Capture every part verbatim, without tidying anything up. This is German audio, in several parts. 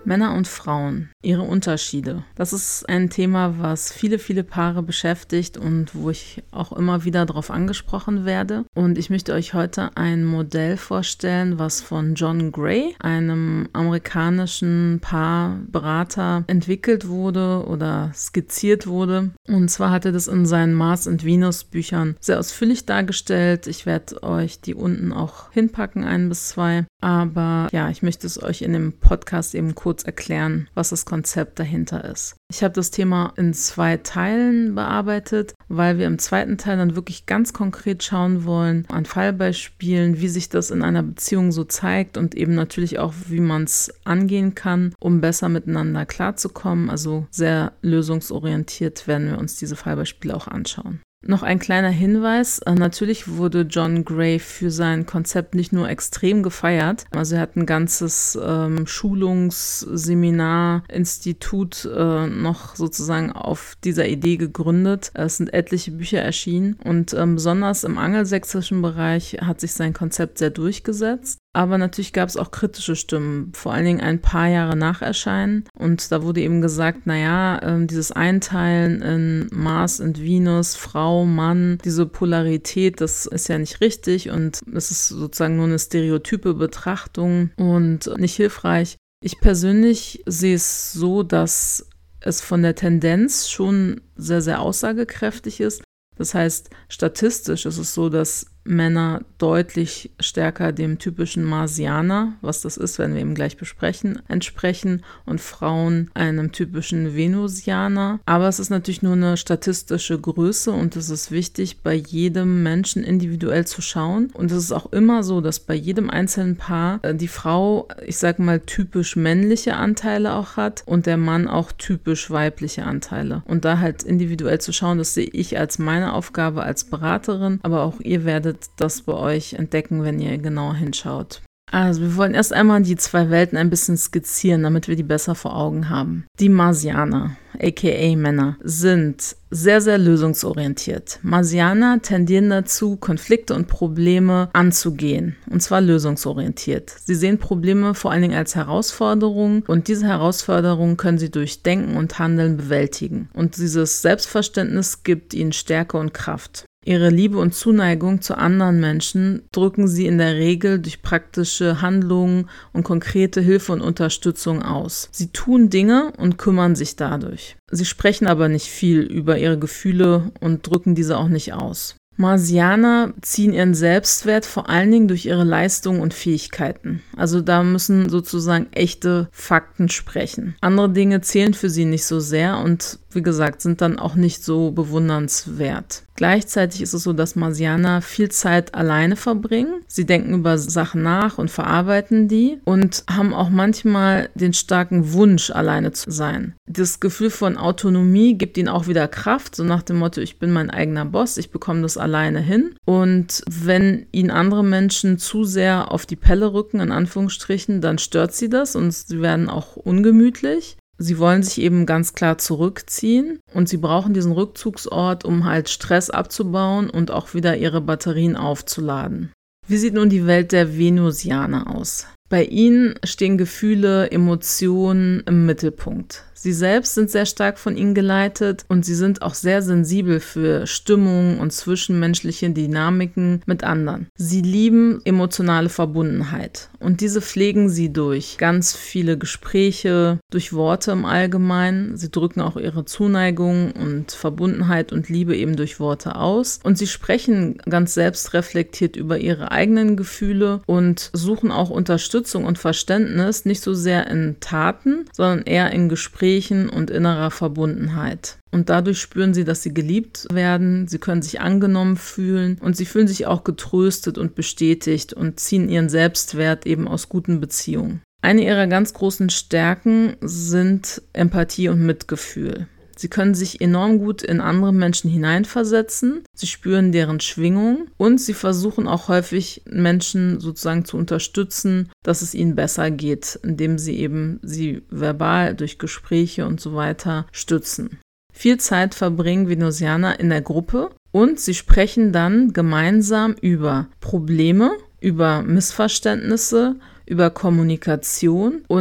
Männer und Frauen, ihre Unterschiede. Das ist ein Thema, was viele, viele Paare beschäftigt und wo ich auch immer wieder darauf angesprochen werde. Und ich möchte euch heute ein Modell vorstellen, was von John Gray, einem amerikanischen Paarberater, entwickelt wurde oder skizziert wurde. Und zwar hat er das in seinen Mars und Venus Büchern sehr ausführlich dargestellt. Ich werde euch die unten auch hinpacken, ein bis zwei. Aber ja, ich möchte es euch in dem Podcast eben kurz erklären, was das Konzept dahinter ist. Ich habe das Thema in zwei Teilen bearbeitet, weil wir im zweiten Teil dann wirklich ganz konkret schauen wollen, an Fallbeispielen, wie sich das in einer Beziehung so zeigt und eben natürlich auch, wie man es angehen kann, um besser miteinander klarzukommen. Also sehr lösungsorientiert werden wir uns diese Fallbeispiele auch anschauen. Noch ein kleiner Hinweis, natürlich wurde John Gray für sein Konzept nicht nur extrem gefeiert, also er hat ein ganzes ähm, Schulungsseminar, Institut äh, noch sozusagen auf dieser Idee gegründet. Es sind etliche Bücher erschienen und ähm, besonders im angelsächsischen Bereich hat sich sein Konzept sehr durchgesetzt. Aber natürlich gab es auch kritische Stimmen, vor allen Dingen ein paar Jahre nach Erscheinen. Und da wurde eben gesagt, naja, äh, dieses Einteilen in Mars und Venus, Frau, Mann, diese Polarität, das ist ja nicht richtig und es ist sozusagen nur eine stereotype Betrachtung und nicht hilfreich. Ich persönlich sehe es so, dass es von der Tendenz schon sehr, sehr aussagekräftig ist. Das heißt, statistisch ist es so, dass Männer deutlich stärker dem typischen Marsianer, was das ist, werden wir eben gleich besprechen, entsprechen und Frauen einem typischen Venusianer. Aber es ist natürlich nur eine statistische Größe und es ist wichtig, bei jedem Menschen individuell zu schauen. Und es ist auch immer so, dass bei jedem einzelnen Paar die Frau, ich sag mal, typisch männliche Anteile auch hat und der Mann auch typisch weibliche Anteile. Und da halt individuell zu schauen, das sehe ich als meine Aufgabe als Beraterin, aber auch ihr werdet das bei euch entdecken, wenn ihr genauer hinschaut. Also wir wollen erst einmal die zwei Welten ein bisschen skizzieren, damit wir die besser vor Augen haben. Die Marsianer, aka Männer, sind sehr, sehr lösungsorientiert. Marsianer tendieren dazu, Konflikte und Probleme anzugehen, und zwar lösungsorientiert. Sie sehen Probleme vor allen Dingen als Herausforderungen und diese Herausforderungen können sie durch Denken und Handeln bewältigen. Und dieses Selbstverständnis gibt ihnen Stärke und Kraft. Ihre Liebe und Zuneigung zu anderen Menschen drücken sie in der Regel durch praktische Handlungen und konkrete Hilfe und Unterstützung aus. Sie tun Dinge und kümmern sich dadurch. Sie sprechen aber nicht viel über ihre Gefühle und drücken diese auch nicht aus. Marsianer ziehen ihren Selbstwert vor allen Dingen durch ihre Leistungen und Fähigkeiten. Also da müssen sozusagen echte Fakten sprechen. Andere Dinge zählen für sie nicht so sehr und wie gesagt, sind dann auch nicht so bewundernswert. Gleichzeitig ist es so, dass Marsianer viel Zeit alleine verbringen. Sie denken über Sachen nach und verarbeiten die und haben auch manchmal den starken Wunsch, alleine zu sein. Das Gefühl von Autonomie gibt ihnen auch wieder Kraft, so nach dem Motto, ich bin mein eigener Boss, ich bekomme das alleine hin. Und wenn ihnen andere Menschen zu sehr auf die Pelle rücken, in Anführungsstrichen, dann stört sie das und sie werden auch ungemütlich. Sie wollen sich eben ganz klar zurückziehen und sie brauchen diesen Rückzugsort, um halt Stress abzubauen und auch wieder ihre Batterien aufzuladen. Wie sieht nun die Welt der Venusianer aus? Bei ihnen stehen Gefühle, Emotionen im Mittelpunkt. Sie selbst sind sehr stark von ihnen geleitet und sie sind auch sehr sensibel für Stimmungen und zwischenmenschliche Dynamiken mit anderen. Sie lieben emotionale Verbundenheit und diese pflegen sie durch ganz viele Gespräche, durch Worte im Allgemeinen. Sie drücken auch ihre Zuneigung und Verbundenheit und Liebe eben durch Worte aus und sie sprechen ganz selbstreflektiert über ihre eigenen Gefühle und suchen auch Unterstützung und Verständnis, nicht so sehr in Taten, sondern eher in Gesprächen und innerer Verbundenheit. Und dadurch spüren sie, dass sie geliebt werden, sie können sich angenommen fühlen und sie fühlen sich auch getröstet und bestätigt und ziehen ihren Selbstwert eben aus guten Beziehungen. Eine ihrer ganz großen Stärken sind Empathie und Mitgefühl. Sie können sich enorm gut in andere Menschen hineinversetzen, sie spüren deren Schwingung und sie versuchen auch häufig Menschen sozusagen zu unterstützen, dass es ihnen besser geht, indem sie eben sie verbal durch Gespräche und so weiter stützen. Viel Zeit verbringen Venusianer in der Gruppe und sie sprechen dann gemeinsam über Probleme, über Missverständnisse, über Kommunikation und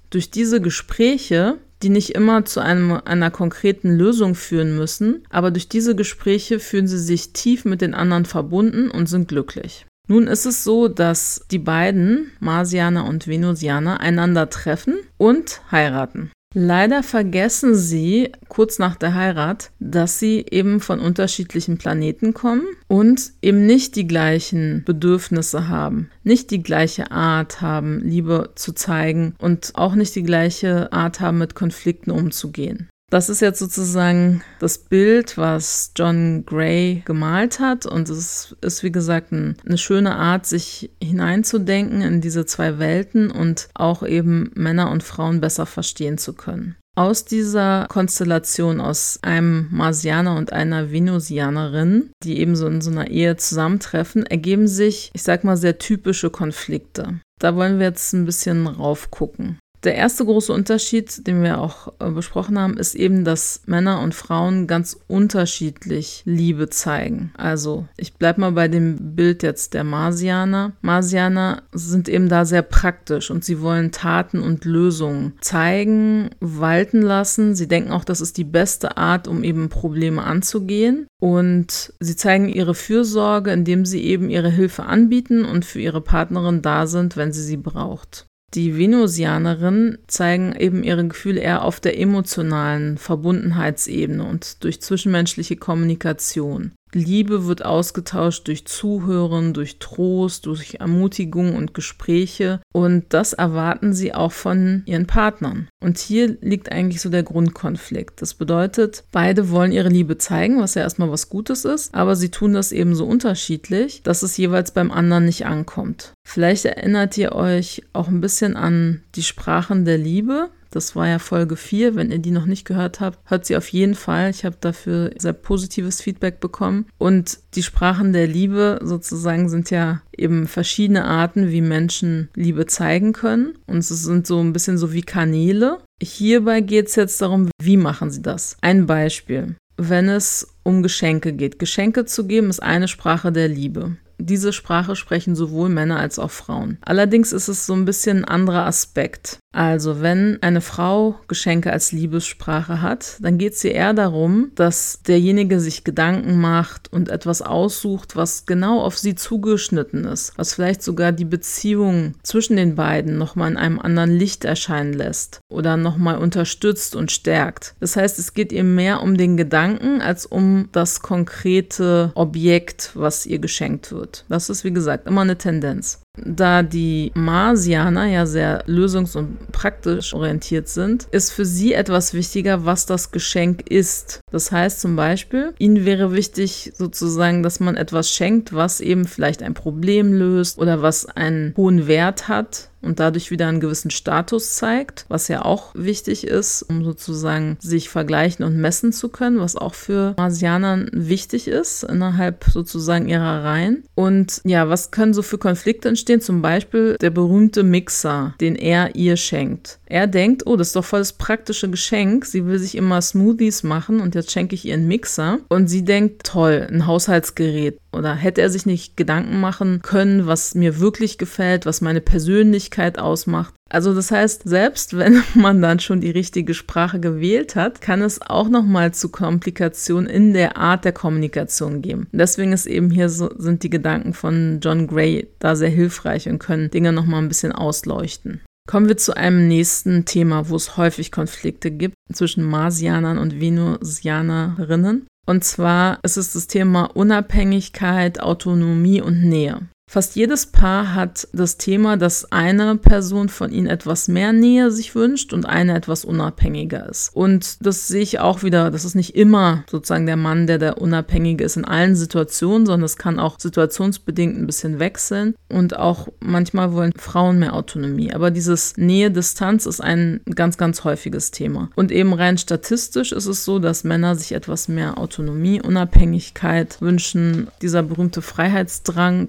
durch diese Gespräche, die nicht immer zu einem, einer konkreten Lösung führen müssen, aber durch diese Gespräche fühlen sie sich tief mit den anderen verbunden und sind glücklich. Nun ist es so, dass die beiden, Marsianer und Venusianer, einander treffen und heiraten. Leider vergessen sie kurz nach der Heirat, dass sie eben von unterschiedlichen Planeten kommen und eben nicht die gleichen Bedürfnisse haben, nicht die gleiche Art haben, Liebe zu zeigen und auch nicht die gleiche Art haben, mit Konflikten umzugehen. Das ist jetzt sozusagen das Bild, was John Gray gemalt hat, und es ist, wie gesagt, ein, eine schöne Art, sich hineinzudenken in diese zwei Welten und auch eben Männer und Frauen besser verstehen zu können. Aus dieser Konstellation, aus einem Marsianer und einer Venusianerin, die eben so in so einer Ehe zusammentreffen, ergeben sich, ich sag mal, sehr typische Konflikte. Da wollen wir jetzt ein bisschen rauf gucken. Der erste große Unterschied, den wir auch äh, besprochen haben, ist eben, dass Männer und Frauen ganz unterschiedlich Liebe zeigen. Also ich bleibe mal bei dem Bild jetzt der Marsianer. Marsianer sind eben da sehr praktisch und sie wollen Taten und Lösungen zeigen, walten lassen. Sie denken auch, das ist die beste Art, um eben Probleme anzugehen. Und sie zeigen ihre Fürsorge, indem sie eben ihre Hilfe anbieten und für ihre Partnerin da sind, wenn sie sie braucht. Die Venusianerinnen zeigen eben ihre Gefühle eher auf der emotionalen Verbundenheitsebene und durch zwischenmenschliche Kommunikation. Liebe wird ausgetauscht durch Zuhören, durch Trost, durch Ermutigung und Gespräche, und das erwarten sie auch von ihren Partnern. Und hier liegt eigentlich so der Grundkonflikt. Das bedeutet, beide wollen ihre Liebe zeigen, was ja erstmal was Gutes ist, aber sie tun das eben so unterschiedlich, dass es jeweils beim anderen nicht ankommt. Vielleicht erinnert ihr euch auch ein bisschen an die Sprachen der Liebe. Das war ja Folge vier. Wenn ihr die noch nicht gehört habt, hört sie auf jeden Fall. Ich habe dafür sehr positives Feedback bekommen. Und die Sprachen der Liebe sozusagen sind ja eben verschiedene Arten, wie Menschen Liebe zeigen können. Und es sind so ein bisschen so wie Kanäle. Hierbei geht es jetzt darum, wie machen sie das? Ein Beispiel. Wenn es um Geschenke geht. Geschenke zu geben ist eine Sprache der Liebe. Diese Sprache sprechen sowohl Männer als auch Frauen. Allerdings ist es so ein bisschen ein anderer Aspekt. Also wenn eine Frau Geschenke als Liebessprache hat, dann geht es ihr eher darum, dass derjenige sich Gedanken macht und etwas aussucht, was genau auf sie zugeschnitten ist, was vielleicht sogar die Beziehung zwischen den beiden nochmal in einem anderen Licht erscheinen lässt oder nochmal unterstützt und stärkt. Das heißt, es geht ihr mehr um den Gedanken als um das konkrete Objekt, was ihr geschenkt wird. Das ist, wie gesagt, immer eine Tendenz. Da die Marsianer ja sehr lösungs- und praktisch orientiert sind, ist für sie etwas wichtiger, was das Geschenk ist. Das heißt zum Beispiel, ihnen wäre wichtig sozusagen, dass man etwas schenkt, was eben vielleicht ein Problem löst oder was einen hohen Wert hat und dadurch wieder einen gewissen Status zeigt, was ja auch wichtig ist, um sozusagen sich vergleichen und messen zu können, was auch für Marsianer wichtig ist, innerhalb sozusagen ihrer Reihen. Und ja, was können so für Konflikte entstehen? Zum Beispiel der berühmte Mixer, den er ihr schenkt. Er denkt, oh, das ist doch voll das praktische Geschenk. Sie will sich immer Smoothies machen und jetzt schenke ich ihr einen Mixer. Und sie denkt, toll, ein Haushaltsgerät. Oder hätte er sich nicht Gedanken machen können, was mir wirklich gefällt, was meine Persönlichkeit ausmacht. Also das heißt, selbst wenn man dann schon die richtige Sprache gewählt hat, kann es auch nochmal zu Komplikationen in der Art der Kommunikation geben. Deswegen ist eben hier so, sind die Gedanken von John Gray da sehr hilfreich und können Dinge nochmal ein bisschen ausleuchten. Kommen wir zu einem nächsten Thema, wo es häufig Konflikte gibt zwischen Marsianern und Venusianerinnen. Und zwar ist es das Thema Unabhängigkeit, Autonomie und Nähe. Fast jedes Paar hat das Thema, dass eine Person von ihnen etwas mehr Nähe sich wünscht und eine etwas unabhängiger ist. Und das sehe ich auch wieder, das ist nicht immer sozusagen der Mann, der der Unabhängige ist in allen Situationen, sondern es kann auch situationsbedingt ein bisschen wechseln. Und auch manchmal wollen Frauen mehr Autonomie. Aber dieses Nähe-Distanz ist ein ganz, ganz häufiges Thema. Und eben rein statistisch ist es so, dass Männer sich etwas mehr Autonomie, Unabhängigkeit wünschen. Dieser berühmte Freiheitsdrang bei ihnen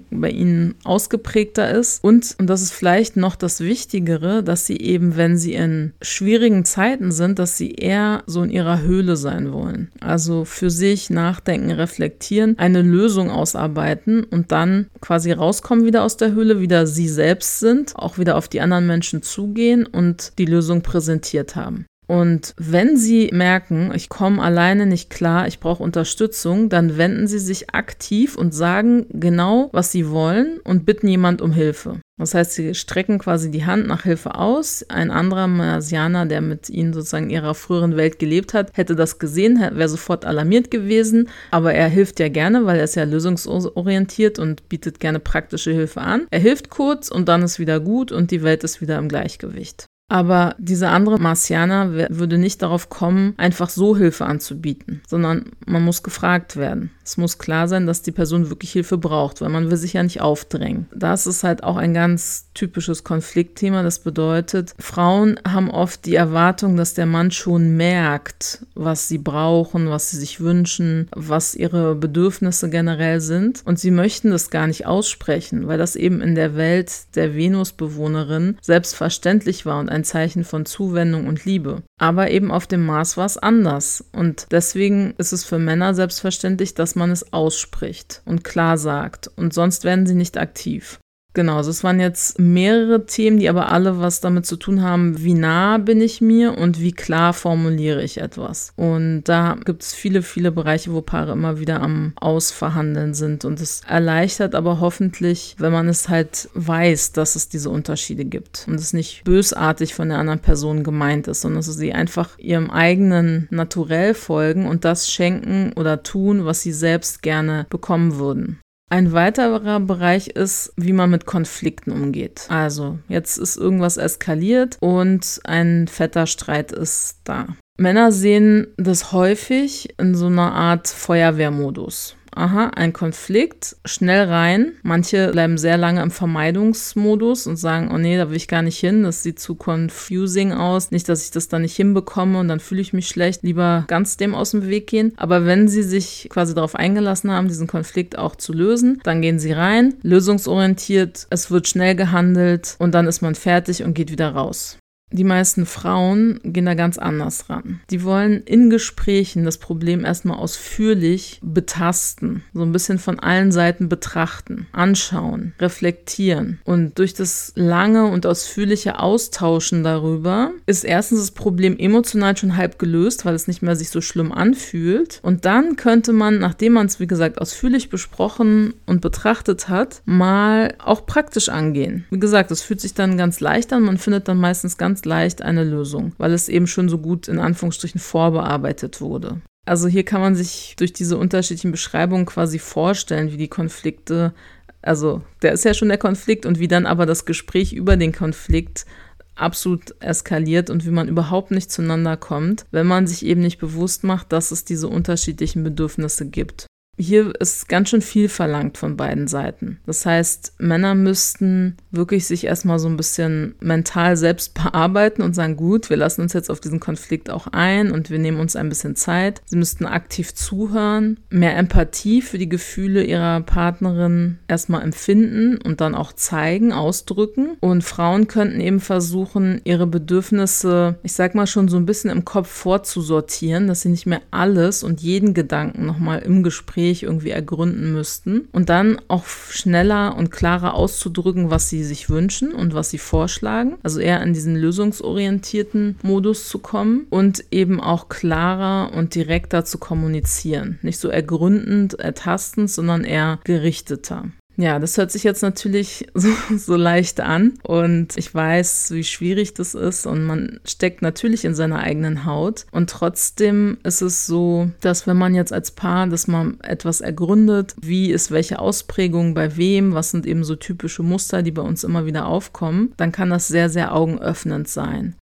ihnen ausgeprägter ist. Und, und das ist vielleicht noch das Wichtigere, dass sie eben, wenn sie in schwierigen Zeiten sind, dass sie eher so in ihrer Höhle sein wollen. Also für sich nachdenken, reflektieren, eine Lösung ausarbeiten und dann quasi rauskommen wieder aus der Höhle, wieder sie selbst sind, auch wieder auf die anderen Menschen zugehen und die Lösung präsentiert haben. Und wenn Sie merken, ich komme alleine nicht klar, ich brauche Unterstützung, dann wenden Sie sich aktiv und sagen genau, was Sie wollen und bitten jemand um Hilfe. Das heißt, Sie strecken quasi die Hand nach Hilfe aus. Ein anderer Marsianer, der mit Ihnen sozusagen in Ihrer früheren Welt gelebt hat, hätte das gesehen, wäre sofort alarmiert gewesen. Aber er hilft ja gerne, weil er ist ja lösungsorientiert und bietet gerne praktische Hilfe an. Er hilft kurz und dann ist wieder gut und die Welt ist wieder im Gleichgewicht. Aber dieser andere Marsianer würde nicht darauf kommen, einfach so Hilfe anzubieten, sondern man muss gefragt werden. Es muss klar sein, dass die Person wirklich Hilfe braucht, weil man will sich ja nicht aufdrängen. Das ist halt auch ein ganz typisches Konfliktthema. Das bedeutet, Frauen haben oft die Erwartung, dass der Mann schon merkt, was sie brauchen, was sie sich wünschen, was ihre Bedürfnisse generell sind. Und sie möchten das gar nicht aussprechen, weil das eben in der Welt der Venusbewohnerin selbstverständlich war und ein Zeichen von Zuwendung und Liebe. Aber eben auf dem Mars war es anders. Und deswegen ist es für Männer selbstverständlich, dass man es ausspricht und klar sagt. Und sonst werden sie nicht aktiv. Genau, also es waren jetzt mehrere Themen, die aber alle was damit zu tun haben, wie nah bin ich mir und wie klar formuliere ich etwas. Und da gibt es viele, viele Bereiche, wo Paare immer wieder am Ausverhandeln sind. Und es erleichtert aber hoffentlich, wenn man es halt weiß, dass es diese Unterschiede gibt. Und es nicht bösartig von der anderen Person gemeint ist, sondern dass sie einfach ihrem eigenen Naturell folgen und das schenken oder tun, was sie selbst gerne bekommen würden. Ein weiterer Bereich ist, wie man mit Konflikten umgeht. Also, jetzt ist irgendwas eskaliert und ein fetter Streit ist da. Männer sehen das häufig in so einer Art Feuerwehrmodus. Aha, ein Konflikt, schnell rein. Manche bleiben sehr lange im Vermeidungsmodus und sagen, oh nee, da will ich gar nicht hin, das sieht zu confusing aus. Nicht, dass ich das da nicht hinbekomme und dann fühle ich mich schlecht. Lieber ganz dem aus dem Weg gehen. Aber wenn sie sich quasi darauf eingelassen haben, diesen Konflikt auch zu lösen, dann gehen sie rein, lösungsorientiert, es wird schnell gehandelt und dann ist man fertig und geht wieder raus. Die meisten Frauen gehen da ganz anders ran. Die wollen in Gesprächen das Problem erstmal ausführlich betasten, so ein bisschen von allen Seiten betrachten, anschauen, reflektieren. Und durch das lange und ausführliche Austauschen darüber ist erstens das Problem emotional schon halb gelöst, weil es nicht mehr sich so schlimm anfühlt. Und dann könnte man, nachdem man es, wie gesagt, ausführlich besprochen und betrachtet hat, mal auch praktisch angehen. Wie gesagt, es fühlt sich dann ganz leicht an, man findet dann meistens ganz leicht eine Lösung, weil es eben schon so gut in Anführungsstrichen vorbearbeitet wurde. Also hier kann man sich durch diese unterschiedlichen Beschreibungen quasi vorstellen, wie die Konflikte, also der ist ja schon der Konflikt und wie dann aber das Gespräch über den Konflikt absolut eskaliert und wie man überhaupt nicht zueinander kommt, wenn man sich eben nicht bewusst macht, dass es diese unterschiedlichen Bedürfnisse gibt. Hier ist ganz schön viel verlangt von beiden Seiten. Das heißt, Männer müssten wirklich sich erstmal so ein bisschen mental selbst bearbeiten und sagen, gut, wir lassen uns jetzt auf diesen Konflikt auch ein und wir nehmen uns ein bisschen Zeit. Sie müssten aktiv zuhören, mehr Empathie für die Gefühle ihrer Partnerin erstmal empfinden und dann auch zeigen, ausdrücken. Und Frauen könnten eben versuchen, ihre Bedürfnisse, ich sag mal schon so ein bisschen im Kopf vorzusortieren, dass sie nicht mehr alles und jeden Gedanken nochmal im Gespräch irgendwie ergründen müssten und dann auch schneller und klarer auszudrücken, was sie sich wünschen und was sie vorschlagen, also eher in diesen lösungsorientierten Modus zu kommen und eben auch klarer und direkter zu kommunizieren. Nicht so ergründend, ertastend, sondern eher gerichteter. Ja, das hört sich jetzt natürlich so, so leicht an und ich weiß, wie schwierig das ist und man steckt natürlich in seiner eigenen Haut und trotzdem ist es so, dass wenn man jetzt als Paar, dass man etwas ergründet, wie ist welche Ausprägung bei wem, was sind eben so typische Muster, die bei uns immer wieder aufkommen, dann kann das sehr, sehr augenöffnend sein.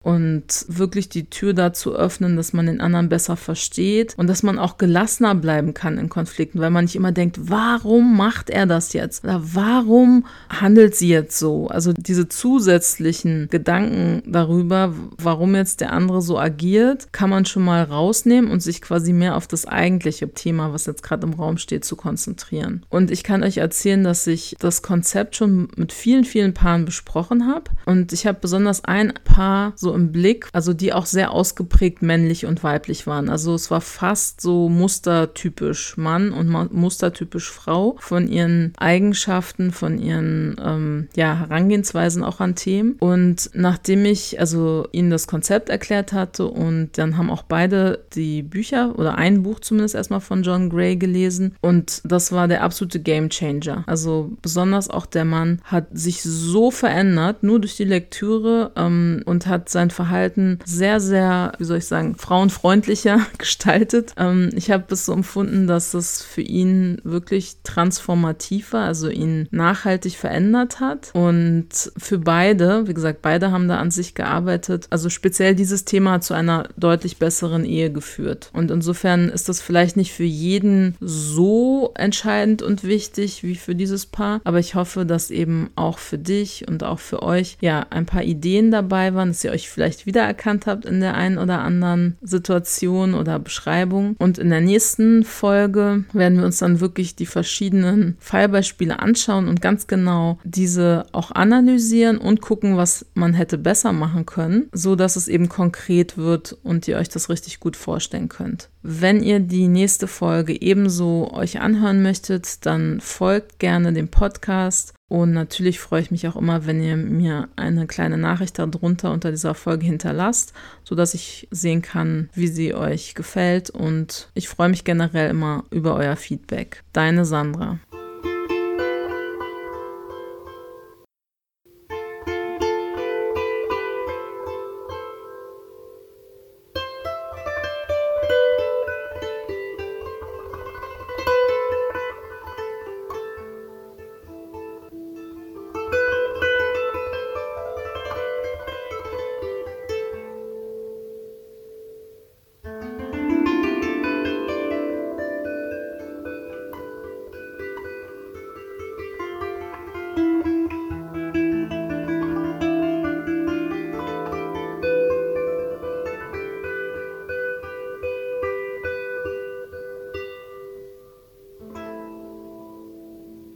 und wirklich die Tür dazu öffnen, dass man den anderen besser versteht und dass man auch gelassener bleiben kann in Konflikten, weil man nicht immer denkt, warum macht er das jetzt? Oder warum handelt sie jetzt so? Also diese zusätzlichen Gedanken darüber, warum jetzt der andere so agiert, kann man schon mal rausnehmen und sich quasi mehr auf das eigentliche Thema, was jetzt gerade im Raum steht, zu konzentrieren. Und ich kann euch erzählen, dass ich das Konzept schon mit vielen, vielen Paaren besprochen habe. Und ich habe besonders ein Paar so im Blick, also die auch sehr ausgeprägt männlich und weiblich waren. Also es war fast so mustertypisch Mann und mustertypisch Frau von ihren Eigenschaften, von ihren ähm, ja, Herangehensweisen auch an Themen. Und nachdem ich also ihnen das Konzept erklärt hatte und dann haben auch beide die Bücher oder ein Buch zumindest erstmal von John Gray gelesen und das war der absolute Gamechanger. Also besonders auch der Mann hat sich so verändert, nur durch die Lektüre ähm, und hat sein Verhalten sehr, sehr, wie soll ich sagen, frauenfreundlicher gestaltet. Ähm, ich habe es so empfunden, dass es für ihn wirklich transformativ war, also ihn nachhaltig verändert hat und für beide, wie gesagt, beide haben da an sich gearbeitet, also speziell dieses Thema hat zu einer deutlich besseren Ehe geführt und insofern ist das vielleicht nicht für jeden so entscheidend und wichtig wie für dieses Paar, aber ich hoffe, dass eben auch für dich und auch für euch ja ein paar Ideen dabei waren, dass ihr euch vielleicht wiedererkannt habt in der einen oder anderen Situation oder Beschreibung. Und in der nächsten Folge werden wir uns dann wirklich die verschiedenen Fallbeispiele anschauen und ganz genau diese auch analysieren und gucken, was man hätte besser machen können, so dass es eben konkret wird und ihr euch das richtig gut vorstellen könnt. Wenn ihr die nächste Folge ebenso euch anhören möchtet, dann folgt gerne dem Podcast. Und natürlich freue ich mich auch immer, wenn ihr mir eine kleine Nachricht darunter unter dieser Folge hinterlasst, sodass ich sehen kann, wie sie euch gefällt. Und ich freue mich generell immer über euer Feedback. Deine Sandra.